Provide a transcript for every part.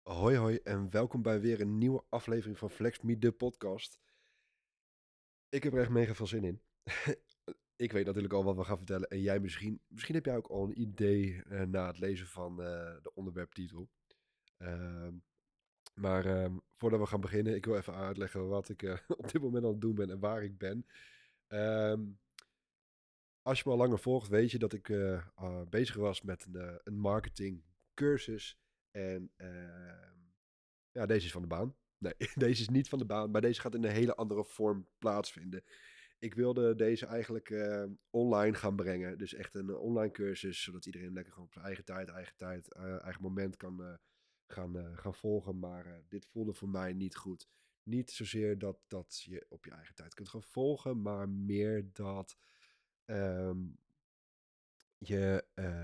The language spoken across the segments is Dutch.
Hoi hoi en welkom bij weer een nieuwe aflevering van Flex Me, de podcast. Ik heb er echt mega veel zin in. Ik weet natuurlijk al wat we gaan vertellen en jij misschien heb jij ook al een idee na het lezen van de onderwerptitel. Ehm, maar voordat we gaan beginnen, ik wil even uitleggen wat ik op dit moment aan het doen ben en waar ik ben. Ehm, als je me al langer volgt, weet je dat ik bezig was met een marketingcursus. En ja, deze is van de baan. Nee, deze is niet van de baan, maar deze gaat in een hele andere vorm plaatsvinden. Ik wilde deze eigenlijk online gaan brengen. Dus echt een online cursus, zodat iedereen lekker gewoon op zijn eigen tijd, eigen moment kan gaan volgen. Maar dit voelde voor mij niet goed. Niet zozeer dat je op je eigen tijd kunt gaan volgen, maar meer dat ehm, je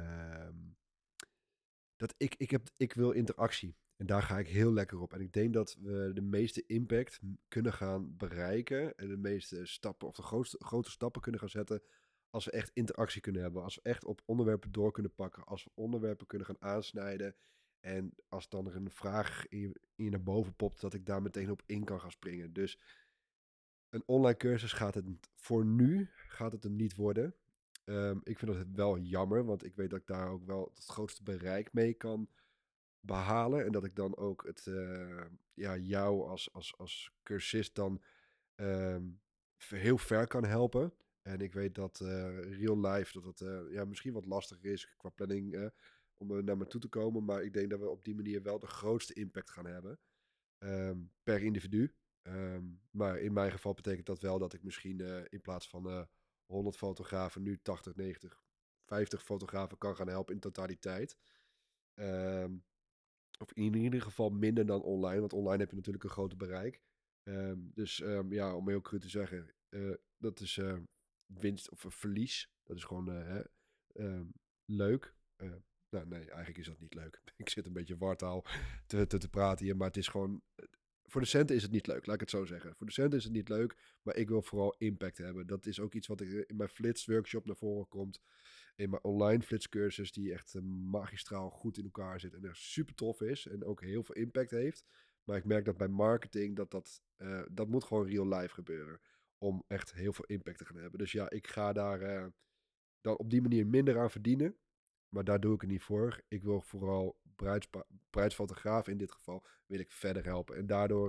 ik wil interactie. En daar ga ik heel lekker op. En ik denk dat we de meeste impact kunnen gaan bereiken. En de meeste stappen, of de grote stappen kunnen gaan zetten. Als we echt interactie kunnen hebben. Als we echt op onderwerpen door kunnen pakken. Als we onderwerpen kunnen gaan aansnijden. En als dan er een vraag in je naar boven popt, dat ik daar meteen op in kan gaan springen. Dus een online cursus gaat het hem niet worden. Ik vind dat wel jammer, want ik weet dat ik daar ook wel het grootste bereik mee kan behalen. En dat ik dan ook jou als cursist dan ehm, heel ver kan helpen. En ik weet dat real life, dat het misschien wat lastiger is qua planning om er naar me toe te komen. Maar ik denk dat we op die manier wel de grootste impact gaan hebben per individu. Maar in mijn geval betekent dat wel dat ik misschien in plaats van 100 fotografen nu 80, 90, 50 fotografen kan gaan helpen in totaliteit. Ehm, of in ieder geval minder dan online, want online heb je natuurlijk een groter bereik. Ja, om heel cru te zeggen, dat is winst of verlies. Dat is gewoon ehm, leuk. Nou, nee, eigenlijk is dat niet leuk. Ik zit een beetje wartaal te praten hier, maar het is gewoon voor de centen is het niet leuk, laat ik het zo zeggen. Voor de centen is het niet leuk, maar ik wil vooral impact hebben. Dat is ook iets wat in mijn flitsworkshop naar voren komt. In mijn online flitscursus, die echt magistraal goed in elkaar zit en er super tof is. En ook heel veel impact heeft. Maar ik merk dat bij marketing, dat moet gewoon real life gebeuren. Om echt heel veel impact te gaan hebben. Dus ja, ik ga daar dan op die manier minder aan verdienen. Maar daar doe ik het niet voor. Ik wil vooral bruidsfotografen in dit geval wil ik verder helpen. En daardoor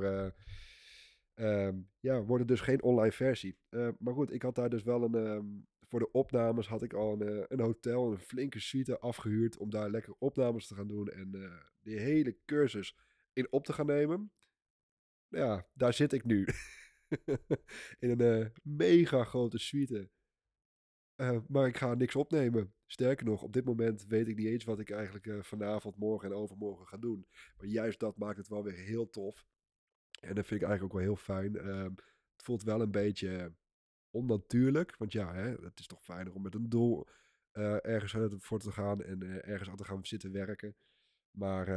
wordt het dus geen online versie. Maar goed, ik had daar dus wel voor de opnames had ik al een hotel, een flinke suite afgehuurd om daar lekker opnames te gaan doen en die hele cursus in op te gaan nemen. Ja, daar zit ik nu. In een mega grote suite. Maar ik ga niks opnemen. Sterker nog, op dit moment weet ik niet eens wat ik eigenlijk vanavond, morgen en overmorgen ga doen. Maar juist dat maakt het wel weer heel tof. En dat vind ik eigenlijk ook wel heel fijn. Het voelt wel een beetje onnatuurlijk. Want ja, hè, het is toch fijner om met een doel ergens voor te gaan en ergens aan te gaan zitten werken. Maar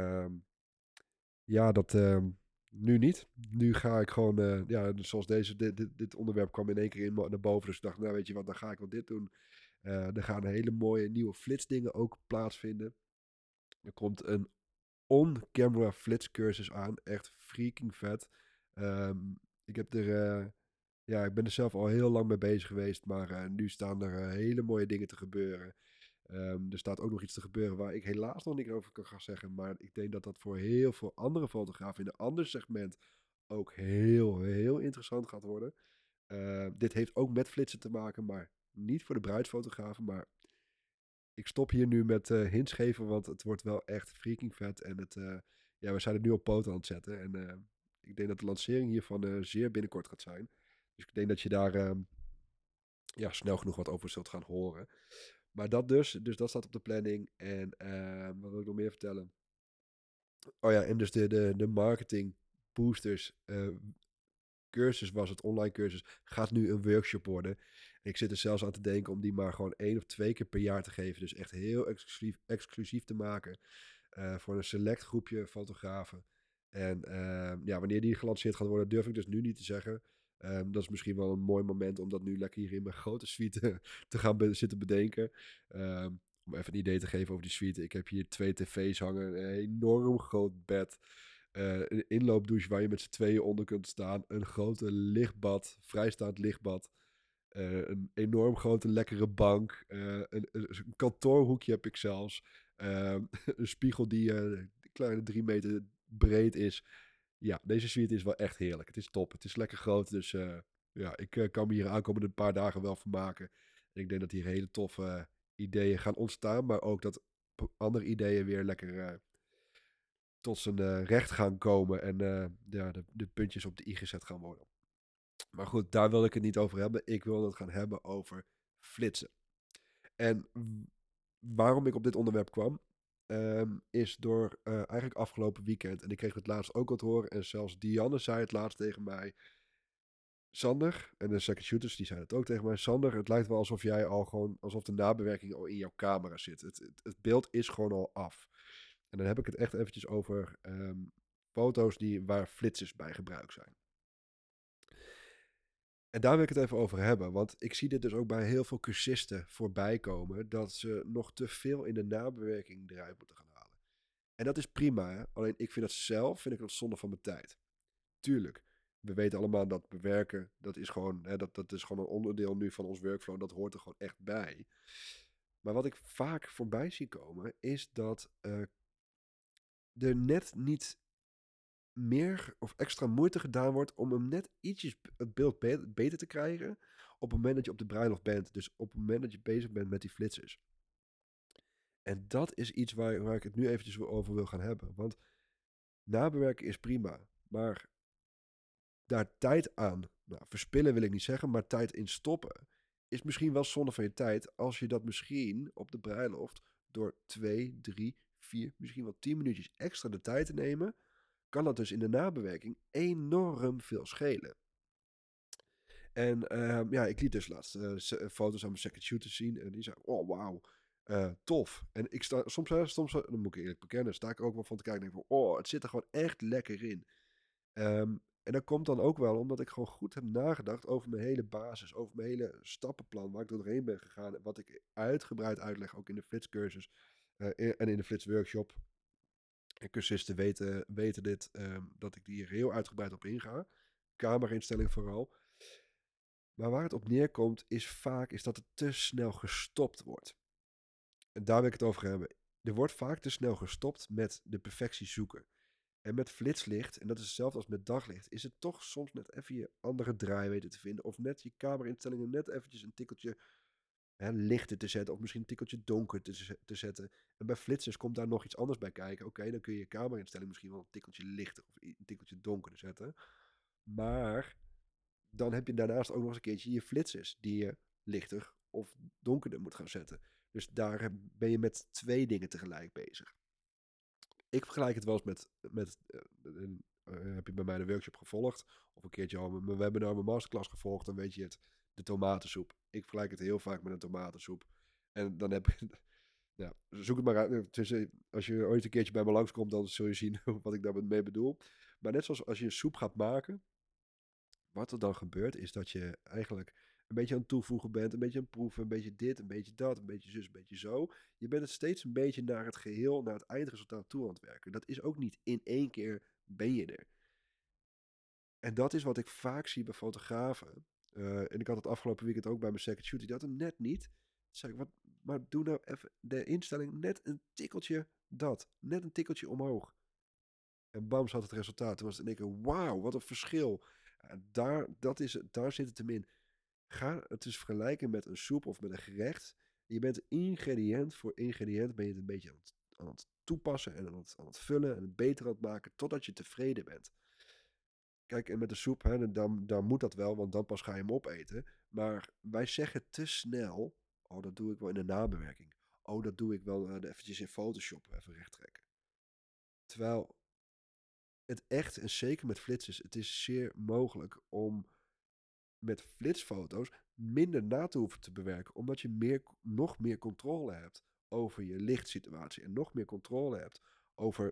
ja, dat nu niet. Nu ga ik gewoon, dus zoals dit onderwerp kwam in één keer in naar boven. Dus ik dacht, nou weet je wat, dan ga ik wel dit doen. Er gaan hele mooie nieuwe flitsdingen ook plaatsvinden. Er komt een on-camera flitscursus aan. Echt freaking vet. Ehm, ik heb ik ben er zelf al heel lang mee bezig geweest. Maar nu staan er hele mooie dingen te gebeuren. Er staat ook nog iets te gebeuren waar ik helaas nog niet over kan gaan zeggen. Maar ik denk dat dat voor heel veel andere fotografen in een ander segment ook heel, heel interessant gaat worden. Dit heeft ook met flitsen te maken, maar niet voor de bruidsfotografen. Maar ik stop hier nu met hints geven, want het wordt wel echt freaking vet. En we zijn het nu op poten aan het zetten. En ik denk dat de lancering hiervan zeer binnenkort gaat zijn. Dus ik denk dat je daar snel genoeg wat over zult gaan horen. Maar dat dus dat staat op de planning. En wat wil ik nog meer vertellen? Oh ja, en dus de marketing boosters cursus was het, online cursus, gaat nu een workshop worden. En ik zit er zelfs aan te denken om die maar gewoon 1 of 2 keer per jaar te geven. Dus echt heel exclusief te maken voor een select groepje fotografen. En wanneer die gelanceerd gaat worden, durf ik dus nu niet te zeggen. Dat is misschien wel een mooi moment om dat nu lekker hier in mijn grote suite te gaan zitten bedenken. Om even een idee te geven over die suite. Ik heb hier 2 tv's hangen. Een enorm groot bed. Een inloopdouche waar je met z'n tweeën onder kunt staan. Een grote lichtbad. Vrijstaand lichtbad. Een enorm grote lekkere bank. Een kantoorhoekje heb ik zelfs. Een spiegel die een kleine 3 meter breed is. Ja, deze suite is wel echt heerlijk. Het is top. Het is lekker groot. Dus ja, ik kan me hier aankomende een paar dagen wel vermaken. En ik denk dat hier hele toffe ideeën gaan ontstaan. Maar ook dat andere ideeën weer lekker tot zijn recht gaan komen. En ja, de puntjes op de i gezet gaan worden. Maar goed, daar wil ik het niet over hebben. Ik wil het gaan hebben over flitsen. En waarom ik op dit onderwerp kwam, is door eigenlijk afgelopen weekend. En ik kreeg het laatst ook al te horen. En zelfs Dianne zei het laatst tegen mij. Sander, en de second shooters die zeiden het ook tegen mij. Sander, het lijkt wel alsof jij al gewoon, alsof de nabewerking al in jouw camera zit. Het beeld is gewoon al af. En dan heb ik het echt eventjes over foto's waar flitsers bij gebruikt zijn. En daar wil ik het even over hebben, want ik zie dit dus ook bij heel veel cursisten voorbij komen, dat ze nog te veel in de nabewerking eruit moeten gaan halen. En dat is prima, hè? Alleen ik vind dat zonde van mijn tijd. Tuurlijk, we weten allemaal dat bewerken, dat is gewoon, hè, dat is gewoon een onderdeel nu van ons workflow, dat hoort er gewoon echt bij. Maar wat ik vaak voorbij zie komen, is dat er net niet meer of extra moeite gedaan wordt om hem net ietsjes het beeld beter te krijgen op het moment dat je op de bruiloft bent. Dus op het moment dat je bezig bent met die flitsers. En dat is iets waar ik het nu eventjes over wil gaan hebben. Want nabewerken is prima, maar daar tijd aan, nou, verspillen wil ik niet zeggen, maar tijd in stoppen, is misschien wel zonde van je tijd als je dat misschien op de bruiloft door 2, 3, 4, misschien wel 10 minuutjes extra de tijd te nemen, kan dat dus in de nabewerking enorm veel schelen. En ja, ik liet dus laatst foto's aan mijn second shooter zien. En die zei, oh wauw, tof. En ik sta soms, dan moet ik eerlijk bekennen, sta ik ook wel van te kijken en denk van, oh, het zit er gewoon echt lekker in. En dat komt dan ook wel omdat ik gewoon goed heb nagedacht over mijn hele basis, over mijn hele stappenplan, waar ik doorheen ben gegaan. Wat ik uitgebreid uitleg, ook in de flitscursus en in de flitsworkshop. En cursisten weten dit, dat ik hier heel uitgebreid op inga. Camera-instelling vooral. Maar waar het op neerkomt is dat het te snel gestopt wordt. En daar wil ik het over hebben. Er wordt vaak te snel gestopt met de perfectie zoeken. En met flitslicht, en dat is hetzelfde als met daglicht, is het toch soms net even je andere draai weten te vinden. Of net je camera-instellingen net eventjes een tikkeltje lichter te zetten. Of misschien een tikkeltje donker te zetten. En bij flitsers komt daar nog iets anders bij kijken. Oké, dan kun je je camera-instelling misschien wel een tikkeltje lichter of een tikkeltje donkerder zetten. Maar dan heb je daarnaast ook nog eens een keertje je flitsers die je lichter of donkerder moet gaan zetten. Dus daar ben je met 2 dingen tegelijk bezig. Ik vergelijk het wel eens met heb je bij mij de workshop gevolgd of een keertje al mijn webinar, mijn masterclass gevolgd, dan weet je het, de tomatensoep. Ik vergelijk het heel vaak met een tomatensoep. En dan heb ik, ja, zoek het maar uit. Als je ooit een keertje bij me langskomt, dan zul je zien wat ik daarmee bedoel. Maar net zoals als je een soep gaat maken, wat er dan gebeurt, is dat je eigenlijk een beetje aan het toevoegen bent, een beetje aan het proeven, een beetje dit, een beetje dat, een beetje zus, een beetje zo. Je bent het steeds een beetje naar het geheel, naar het eindresultaat toe aan het werken. Dat is ook niet in één keer ben je er. En dat is wat ik vaak zie bij fotografen. En ik had het afgelopen weekend ook bij mijn second shoot. Die had hem net niet. Toen zei ik, maar doe nou even de instelling net een tikkeltje dat. Net een tikkeltje omhoog. En bam, zat het resultaat. Toen was het in één keer, wauw, wat een verschil. Daar zit het hem in. Ga het eens vergelijken met een soep of met een gerecht. Je bent ingrediënt voor ingrediënt ben je het een beetje aan het toepassen en aan het vullen en het beter aan het maken totdat je tevreden bent. Kijk, en met de soep, hè, dan moet dat wel, want dan pas ga je hem opeten. Maar wij zeggen te snel, oh, dat doe ik wel in de nabewerking. Oh, dat doe ik wel eventjes in Photoshop even recht trekken. Terwijl het echt, en zeker met flitsers, het is zeer mogelijk om met flitsfoto's minder na te hoeven te bewerken. Omdat je nog meer controle hebt over je lichtsituatie. En nog meer controle hebt over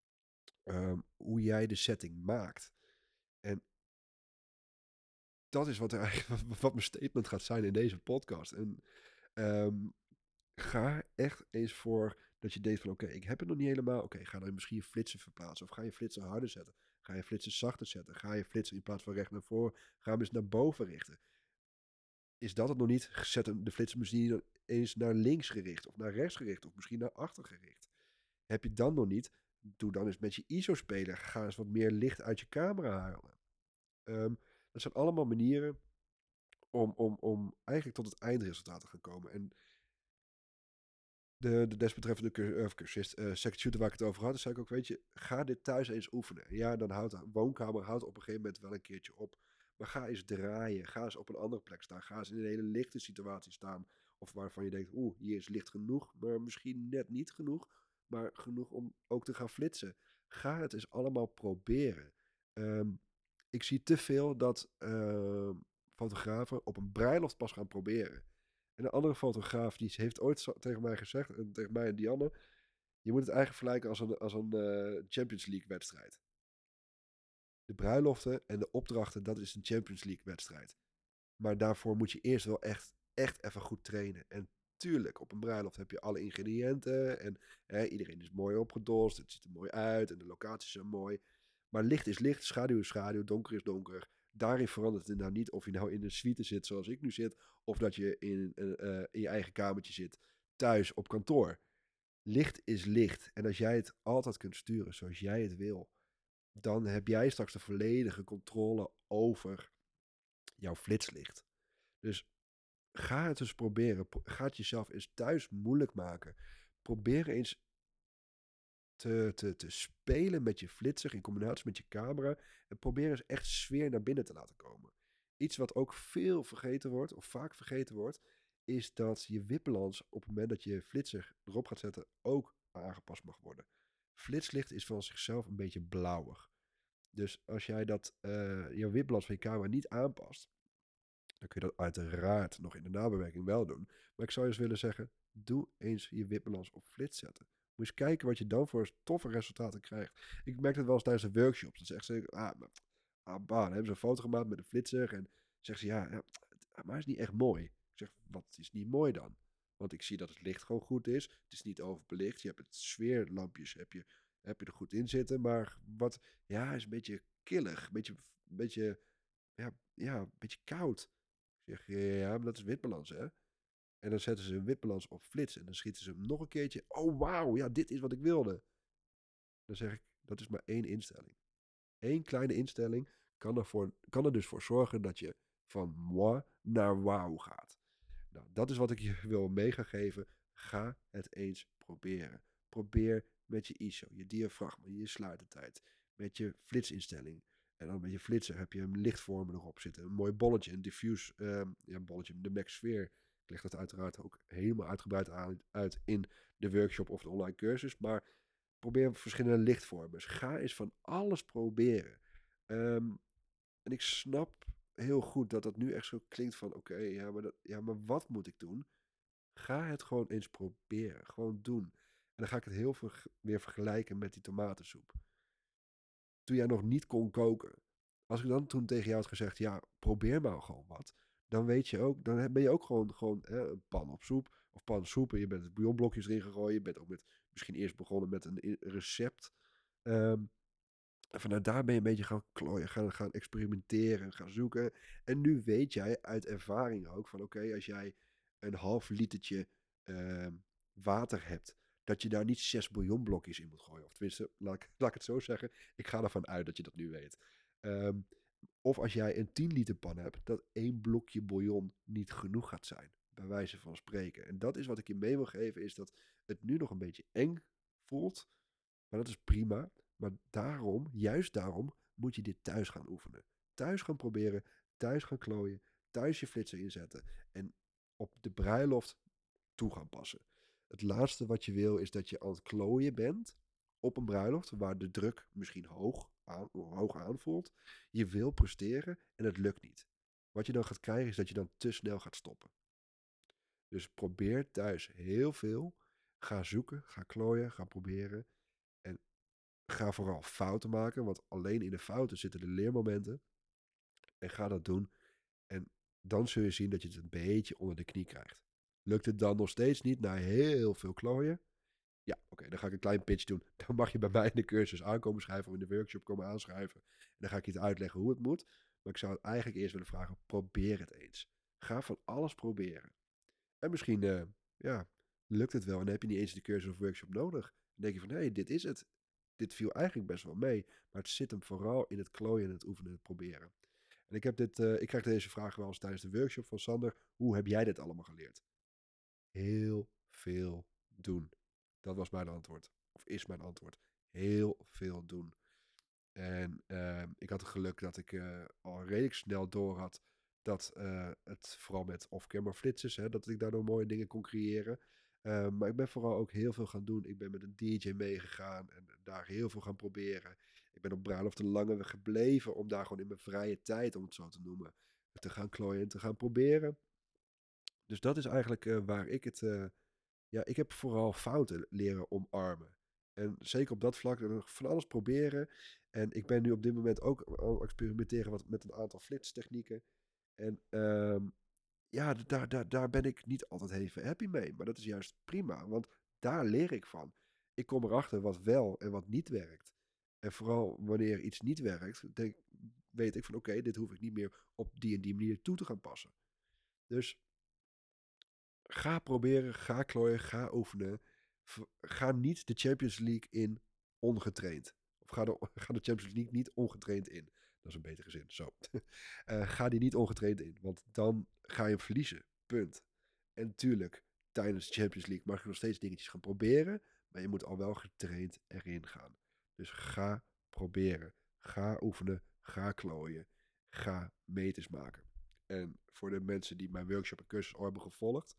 hoe jij de setting maakt. En dat is wat mijn statement gaat zijn in deze podcast. En ga echt eens voor dat je denkt van oké, ik heb het nog niet helemaal. Oké, ga dan misschien je flitsen verplaatsen. Of ga je flitsen harder zetten. Ga je flitsen zachter zetten. Ga je flitsen in plaats van recht naar voren. Ga hem eens naar boven richten. Is dat het nog niet? Zet de flitsen misschien dan eens naar links gericht. Of naar rechts gericht. Of misschien naar achter gericht. Heb je dan nog niet? Doe dan eens met je ISO spelen. Ga eens wat meer licht uit je camera halen. Dat zijn allemaal manieren om eigenlijk tot het eindresultaat te gaan komen. En de desbetreffende cursist, second shooter waar ik het over had, zei ik ook, weet je, ga dit thuis eens oefenen. Ja, dan houdt de woonkamer houdt op een gegeven moment wel een keertje op. Maar ga eens draaien. Ga eens op een andere plek staan. Ga eens in een hele lichte situatie staan. Of waarvan je denkt, hier is licht genoeg, maar misschien net niet genoeg. Maar genoeg om ook te gaan flitsen. Ga het eens allemaal proberen. Ik zie te veel dat fotografen op een bruiloft pas gaan proberen. En een andere fotograaf die heeft ooit tegen mij gezegd, en tegen mij en Dianne, je moet het eigenlijk vergelijken als een Champions League wedstrijd. De bruiloften en de opdrachten, dat is een Champions League wedstrijd. Maar daarvoor moet je eerst wel echt even goed trainen. En tuurlijk, op een bruiloft heb je alle ingrediënten en iedereen is mooi opgedost, het ziet er mooi uit en de locaties zijn mooi. Maar licht is licht, schaduw is schaduw, donker is donker. Daarin verandert het nou niet of je nou in een suite zit zoals ik nu zit, of dat je in je eigen kamertje zit, thuis op kantoor. Licht is licht. En als jij het altijd kunt sturen zoals jij het wil, dan heb jij straks de volledige controle over jouw flitslicht. Dus ga het eens proberen. Ga het jezelf eens thuis moeilijk maken. Probeer eens te spelen met je flitser in combinatie met je camera. En probeer eens echt sfeer naar binnen te laten komen. Iets wat ook veel vergeten wordt, of vaak vergeten wordt, is dat je wipbalans op het moment dat je flitser erop gaat zetten ook aangepast mag worden. Flitslicht is van zichzelf een beetje blauwig. Dus als jij jouw wipbalans van je camera niet aanpast, dan kun je dat uiteraard nog in de nabewerking wel doen. Maar ik zou eens willen zeggen, doe eens je wipbalans op flits zetten. Moet je eens kijken wat je dan voor toffe resultaten krijgt. Ik merk het wel eens tijdens de workshops. Dan zeggen ze, dan hebben ze een foto gemaakt met een flitser. En zeggen ze, maar het is niet echt mooi. Ik zeg, wat is niet mooi dan? Want ik zie dat het licht gewoon goed is. Het is niet overbelicht. Je hebt het sfeerlampjes heb je er goed in zitten. Maar is een beetje killig. Een beetje, een beetje koud. Ik zeg, ja, maar dat is witbalans, hè? En dan zetten ze een witbalans op flits. En dan schieten ze hem nog een keertje. Oh, wauw, ja, dit is wat ik wilde. Dan zeg ik, dat is maar één instelling. Eén kleine instelling kan er dus voor zorgen dat je van moi naar wauw gaat. Nou, dat is wat ik je wil mee gaan geven. Ga het eens proberen. Probeer met je ISO, je diafragma, je sluitertijd, met je flitsinstelling. En dan met je flitser heb je een lichtvormer erop zitten. Een mooi bolletje, een diffuse bolletje, de Max Sphere. Ik leg dat uiteraard ook helemaal uitgebreid uit in de workshop of de online cursus. Maar probeer verschillende lichtvormers. Ga eens van alles proberen. En ik snap heel goed dat dat nu echt zo klinkt van oké, maar wat moet ik doen? Ga het gewoon eens proberen. Gewoon doen. En dan ga ik het heel veel weer vergelijken met die tomatensoep. Toen jij nog niet kon koken. Als ik dan toen tegen jou had gezegd, ja, probeer maar gewoon wat. Dan weet je ook, dan ben je ook gewoon een pan op soep. Of pan soep en je bent het bouillonblokjes erin gegooid. Je bent ook misschien eerst begonnen met een recept. En vanuit daar ben je een beetje gaan klooien, gaan experimenteren, gaan zoeken. En nu weet jij uit ervaring ook van oké, als jij een half litertje water hebt, dat je daar niet 6 bouillonblokjes in moet gooien. Of tenminste, laat ik het zo zeggen. Ik ga ervan uit dat je dat nu weet. Ehm, of als jij een 10 liter pan hebt, dat 1 blokje bouillon niet genoeg gaat zijn. Bij wijze van spreken. En dat is wat ik je mee wil geven, is dat het nu nog een beetje eng voelt. Maar dat is prima. Maar juist daarom, moet je dit thuis gaan oefenen. Thuis gaan proberen, thuis gaan klooien, thuis je flitser inzetten. En op de bruiloft toe gaan passen. Het laatste wat je wil is dat je aan het klooien bent op een bruiloft waar de druk misschien hoog aanvoelt. Je wil presteren en het lukt niet. Wat je dan gaat krijgen is dat je dan te snel gaat stoppen. Dus probeer thuis heel veel. Ga zoeken, ga klooien, ga proberen. En ga vooral fouten maken, want alleen in de fouten zitten de leermomenten. En ga dat doen. En dan zul je zien dat je het een beetje onder de knie krijgt. Lukt het dan nog steeds niet na heel veel klooien? Ja, oké, dan ga ik een klein pitch doen. Dan mag je bij mij in de cursus aankomen schrijven of in de workshop komen aanschrijven. En dan ga ik je het uitleggen hoe het moet. Maar ik zou het eigenlijk eerst willen vragen, probeer het eens. Ga van alles proberen. En misschien, ja, lukt het wel en heb je niet eens de cursus of workshop nodig. Dan denk je van, hé, dit is het. Dit viel eigenlijk best wel mee. Maar het zit hem vooral in het klooien en het oefenen en het proberen. En ik krijg deze vraag wel eens tijdens de workshop van Sander. Hoe heb jij dit allemaal geleerd? Heel veel doen. Dat was mijn antwoord. Of is mijn antwoord. Heel veel doen. En ik had het geluk dat ik al redelijk snel door had dat het vooral met off-camera flitsers, hè, dat ik daardoor mooie dingen kon creëren. Maar ik ben vooral ook heel veel gaan doen. Ik ben met een DJ meegegaan en daar heel veel gaan proberen. Ik ben op bruiloften langer gebleven om daar gewoon in mijn vrije tijd, om het zo te noemen, te gaan klooien en te gaan proberen. Dus dat is eigenlijk waar ik het ja, ik heb vooral fouten leren omarmen. En zeker op dat vlak van alles proberen. En ik ben nu op dit moment ook aan het experimenteren met een aantal flitstechnieken. En ja, daar ben ik niet altijd even happy mee. Maar dat is juist prima, want daar leer ik van. Ik kom erachter wat wel en wat niet werkt. En vooral wanneer iets niet werkt, weet ik van oké, dit hoef ik niet meer op die en die manier toe te gaan passen. Dus ga proberen, ga klooien, ga oefenen. Ga niet de Champions League in ongetraind. Of ga de Champions League niet ongetraind in. Dat is een betere zin. Zo. Ga die niet ongetraind in. Want dan ga je hem verliezen. Punt. En tuurlijk, tijdens de Champions League mag je nog steeds dingetjes gaan proberen. Maar je moet al wel getraind erin gaan. Dus ga proberen. Ga oefenen. Ga klooien. Ga meters maken. En voor de mensen die mijn workshop en cursus al hebben gevolgd,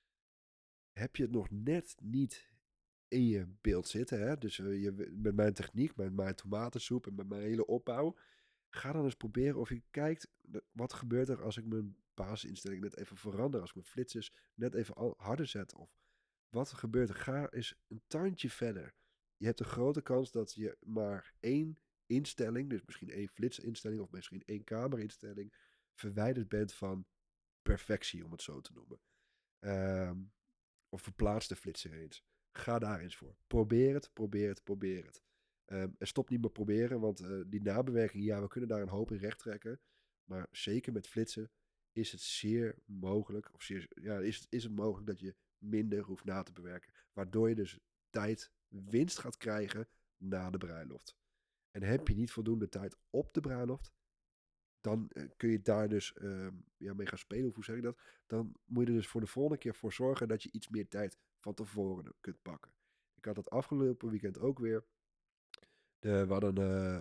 heb je het nog net niet in je beeld zitten. Hè? Dus met mijn techniek, met mijn tomatensoep en met mijn hele opbouw. Ga dan eens proberen of je kijkt, wat gebeurt er als ik mijn basisinstelling net even verander. Als ik mijn flitsers net even harder zet. Of wat gebeurt er? Ga eens een tandje verder. Je hebt een grote kans dat je maar één instelling, dus misschien één flitsinstelling of misschien één kamerinstelling, verwijderd bent van perfectie, om het zo te noemen. Ehm of verplaats de flitser eens. Ga daar eens voor. Probeer het, probeer het, probeer het. En stop niet met proberen, want die nabewerking, ja, we kunnen daar een hoop in recht trekken. Maar zeker met flitsen is het zeer mogelijk, of zeer, ja, is het mogelijk dat je minder hoeft na te bewerken. Waardoor je dus tijd winst gaat krijgen na de bruiloft. En heb je niet voldoende tijd op de bruiloft, dan kun je daar dus mee gaan spelen. Of hoe zeg ik dat? Dan moet je er dus voor de volgende keer voor zorgen dat je iets meer tijd van tevoren kunt pakken. Ik had dat afgelopen weekend ook weer. We hadden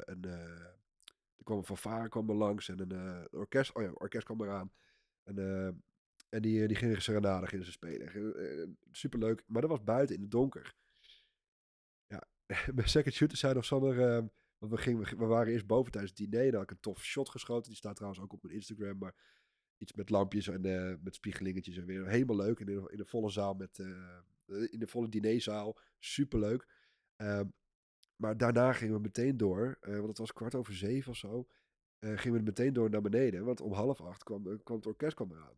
er kwam een fanfare kwam er langs en een orkest. Oh ja, orkest kwam eraan. En die gingen serenade gingen ze spelen. Superleuk. Maar dat was buiten in het donker. Ja, mijn second shooter zei nog Sander. Want we waren eerst boven tijdens het diner. Dan had ik een tof shot geschoten. Die staat trouwens ook op mijn Instagram. Maar iets met lampjes en met spiegelingetjes. En weer helemaal leuk. In de volle zaal in de volle dinerzaal. Superleuk. Maar daarna gingen we meteen door. Want het was 7:15 of zo. Gingen we meteen door naar beneden. Want om 7:30 kwam het orkest eraan.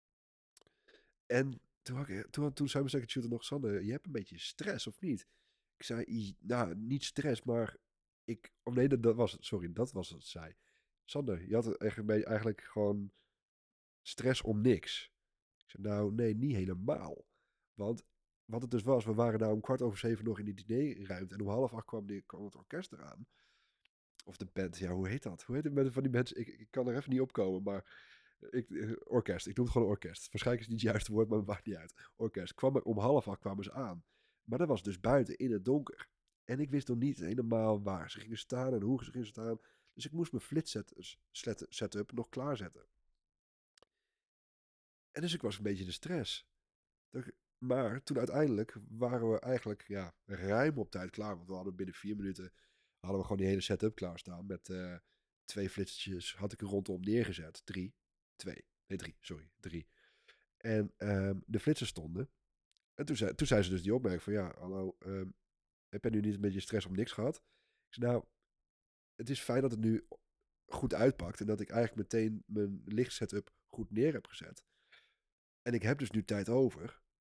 En toen zei mijn second shooter nog, Sander, je hebt een beetje stress, of niet? Ik zei, nou, niet stress, maar oh nee, dat was het. Sorry, dat was wat het zei. Sander, je had eigenlijk gewoon stress om niks. Ik zei, nou, nee, niet helemaal. Want wat het dus was, we waren nou om 7:15 nog in die dinerruimte. En om 7:30 kwam het orkest eraan. Of de band, ja, hoe heet dat? Hoe heet het met van die mensen? Ik kan er even niet op komen, maar orkest. Ik noem het gewoon orkest. Waarschijnlijk is het niet het juiste woord, maar het maakt niet uit. Orkest. Om 7:30 kwamen ze aan. Maar dat was dus buiten, in het donker. En ik wist nog niet helemaal waar ze gingen staan en hoe ze gingen staan. Dus ik moest mijn flits-setup nog klaarzetten. En dus ik was een beetje in de stress. Maar toen uiteindelijk waren we eigenlijk ruim op tijd klaar. Want we hadden binnen 4 minuten hadden we gewoon die hele setup klaarstaan. Met 2 flitsjes had ik er rondom neergezet. 3. 2. Nee, 3. Sorry. 3. En de flitsers stonden. En toen zei ze dus die opmerking van ja, hallo, heb jij nu niet een beetje stress om niks gehad? Ik zei nou, het is fijn dat het nu goed uitpakt. En dat ik eigenlijk meteen mijn lichtsetup goed neer heb gezet. En ik heb dus nu tijd over.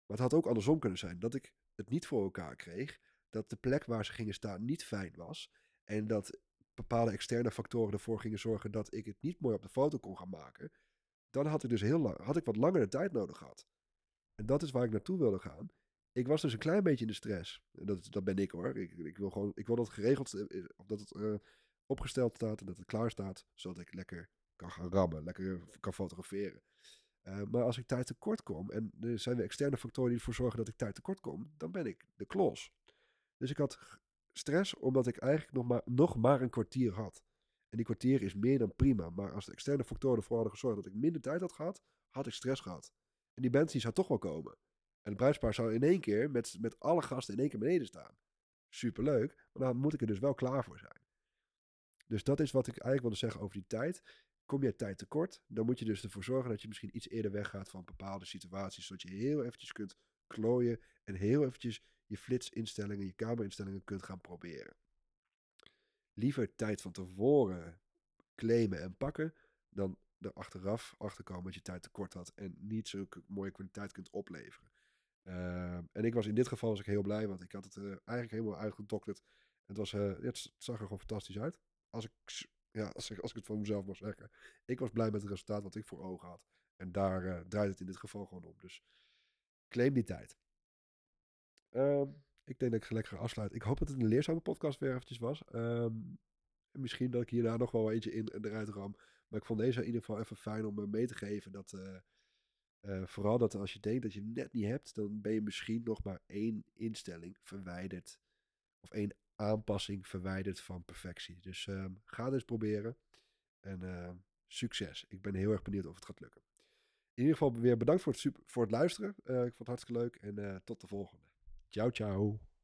Maar het had ook andersom kunnen zijn. Dat ik het niet voor elkaar kreeg. Dat de plek waar ze gingen staan niet fijn was. En dat bepaalde externe factoren ervoor gingen zorgen dat ik het niet mooi op de foto kon gaan maken. Dan had ik dus had ik wat langere tijd nodig gehad. En dat is waar ik naartoe wilde gaan. Ik was dus een klein beetje in de stress. En dat ben ik hoor. Ik wil dat het geregeld is, of dat het opgesteld staat en dat het klaar staat, zodat ik lekker kan gaan rammen, lekker kan fotograferen. Maar als ik tijd tekort kom, en er zijn weer externe factoren die ervoor zorgen dat ik tijd tekort kom, dan ben ik de klos. Dus ik had stress omdat ik eigenlijk nog maar een kwartier had. En die kwartier is meer dan prima. Maar als de externe factoren ervoor hadden gezorgd dat ik minder tijd had gehad, had ik stress gehad. En die band die zou toch wel komen. En het bruidspaar zou in één keer met alle gasten in één keer beneden staan. Superleuk, maar dan moet ik er dus wel klaar voor zijn. Dus dat is wat ik eigenlijk wilde zeggen over die tijd. Kom je tijd tekort, dan moet je dus ervoor zorgen dat je misschien iets eerder weggaat van bepaalde situaties. Zodat je heel eventjes kunt klooien en heel eventjes je flitsinstellingen, je camerainstellingen kunt gaan proberen. Liever tijd van tevoren claimen en pakken dan er achteraf achterkomen dat je tijd tekort had en niet zulke mooie kwaliteit kunt opleveren. En ik was in dit geval heel blij, want ik had het eigenlijk helemaal uitgedokterd. Het zag er gewoon fantastisch uit. Als ik het van mezelf mag zeggen. Ik was blij met het resultaat wat ik voor ogen had. En daar draait het in dit geval gewoon om. Dus claim die tijd. Ik denk dat ik gelijk ga afsluiten. Ik hoop dat het een leerzame podcast weer eventjes was. En misschien dat ik hierna nog wel eentje in en eruit ram. Maar ik vond deze in ieder geval even fijn om mee te geven. Dat vooral dat als je denkt dat je het net niet hebt, dan ben je misschien nog maar één instelling verwijderd. Of één aanpassing verwijderd van perfectie. Dus ga het eens proberen. En succes. Ik ben heel erg benieuwd of het gaat lukken. In ieder geval weer bedankt voor het luisteren. Ik vond het hartstikke leuk. En tot de volgende. Ciao, ciao.